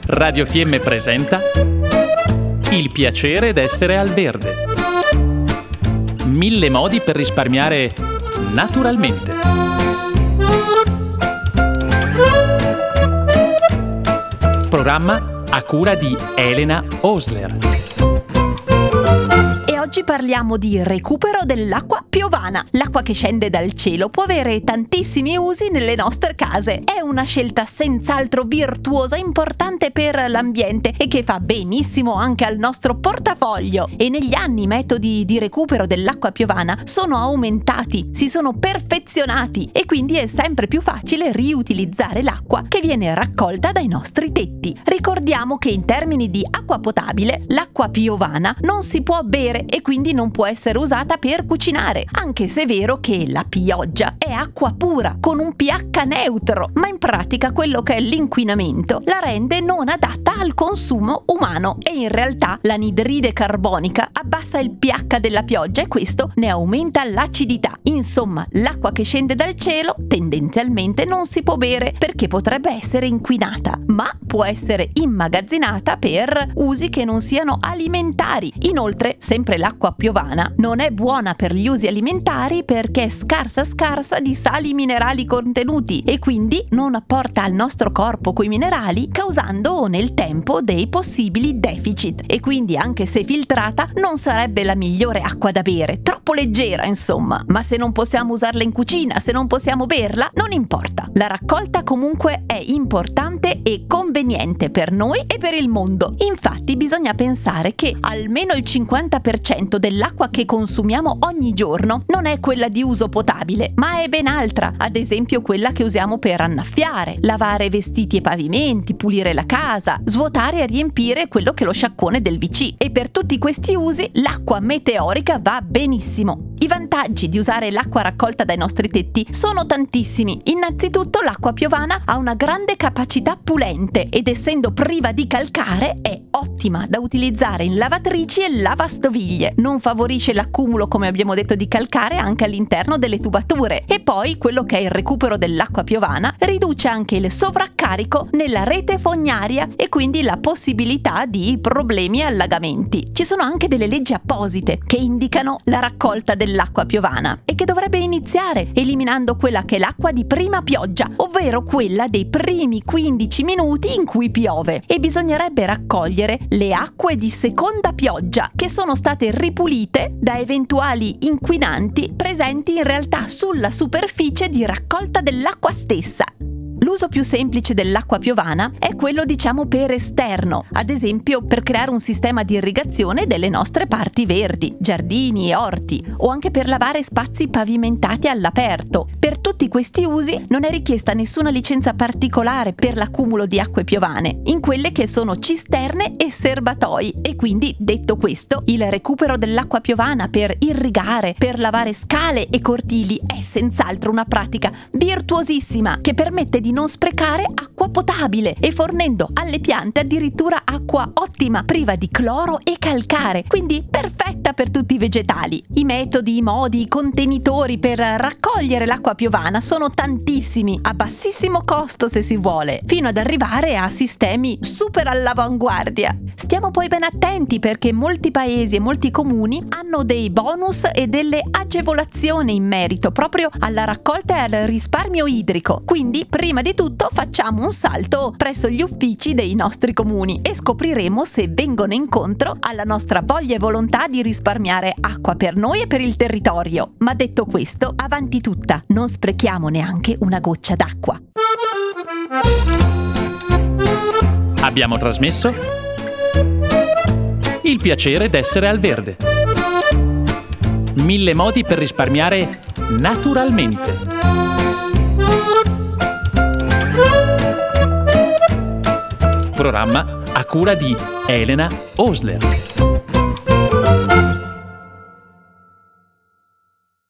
Radio Fiemme presenta Il piacere d'essere al verde. 1000 modi per risparmiare naturalmente. Programma a cura di Elena Osler. Oggi parliamo di recupero dell'acqua piovana. L'acqua che scende dal cielo può avere tantissimi usi nelle nostre case. È una scelta senz'altro virtuosa, importante per l'ambiente e che fa benissimo anche al nostro portafoglio. E negli anni i metodi di recupero dell'acqua piovana sono aumentati, si sono perfezionati e quindi è sempre più facile riutilizzare l'acqua che viene raccolta dai nostri tetti. Ricordiamo che in termini di acqua potabile, l'acqua piovana non si può bere e quindi non può essere usata per cucinare, anche se è vero che la pioggia è acqua pura con un pH neutro, ma in pratica quello che è l'inquinamento la rende non adatta al consumo umano e in realtà l'anidride carbonica abbassa il pH della pioggia e questo ne aumenta l'acidità. Insomma, l'acqua che scende dal cielo tendenzialmente non si può bere perché potrebbe essere inquinata, ma può essere immagazzinata per usi che non siano alimentari. Inoltre, sempre l'acqua piovana non è buona per gli usi alimentari perché è scarsa di sali minerali contenuti e quindi non apporta al nostro corpo quei minerali, causando nel tempo dei possibili deficit e quindi anche se filtrata non sarebbe la migliore acqua da bere, troppo leggera insomma. Ma se non possiamo usarla in cucina, se non possiamo berla, non importa. La raccolta comunque è importante e conveniente per noi e per il mondo. Infatti bisogna pensare che almeno il 50% dell'acqua che consumiamo ogni giorno non è quella di uso potabile, ma è ben altra, ad esempio quella che usiamo per annaffiare, lavare vestiti e pavimenti, pulire la casa, svuotare e riempire quello che è lo sciacquone del WC. E per tutti questi usi l'acqua meteorica va benissimo. I vantaggi di usare l'acqua raccolta dai nostri tetti sono tantissimi. Innanzitutto l'acqua piovana ha una grande capacità pulente ed essendo priva di calcare è ottima da utilizzare in lavatrici e lavastoviglie. Non favorisce l'accumulo, come abbiamo detto, di calcare anche all'interno delle tubature. E poi quello che è il recupero dell'acqua piovana riduce anche il sovraccarico nella rete fognaria e quindi la possibilità di problemi e allagamenti. Ci sono anche delle leggi apposite che indicano la raccolta dell'acqua piovana e che dovrebbe iniziare eliminando quella che è l'acqua di prima pioggia, ovvero quella dei primi 15 minuti in cui piove, e bisognerebbe raccogliere le acque di seconda pioggia che sono state ripulite da eventuali inquinanti presenti in realtà sulla superficie di raccolta dell'acqua stessa. L'uso più semplice dell'acqua piovana è quello per esterno, ad esempio per creare un sistema di irrigazione delle nostre parti verdi, giardini e orti, o anche per lavare spazi pavimentati all'aperto. Per tutti questi usi non è richiesta nessuna licenza particolare per l'accumulo di acque piovane, in quelle che sono cisterne e serbatoi, e quindi, detto questo, il recupero dell'acqua piovana per irrigare, per lavare scale e cortili è senz'altro una pratica virtuosissima che permette di non sprecare acqua potabile e fornendo alle piante addirittura acqua ottima, priva di cloro e calcare, quindi perfetta per tutti i vegetali. I metodi, i modi, i contenitori per raccogliere l'acqua piovana sono tantissimi, a bassissimo costo se si vuole, fino ad arrivare a sistemi super all'avanguardia. Stiamo poi ben attenti perché molti paesi e molti comuni hanno dei bonus e delle agevolazioni in merito proprio alla raccolta e al risparmio idrico, quindi prima di tutto facciamo un salto presso gli uffici dei nostri comuni e scopriremo se vengono incontro alla nostra voglia e volontà di risparmiare acqua per noi e per il territorio. Ma detto questo, avanti tutta, non sprechiamo neanche una goccia d'acqua. Abbiamo trasmesso Il piacere d'essere al verde. 1000 modi per risparmiare naturalmente. Programma a cura di Elena Osler.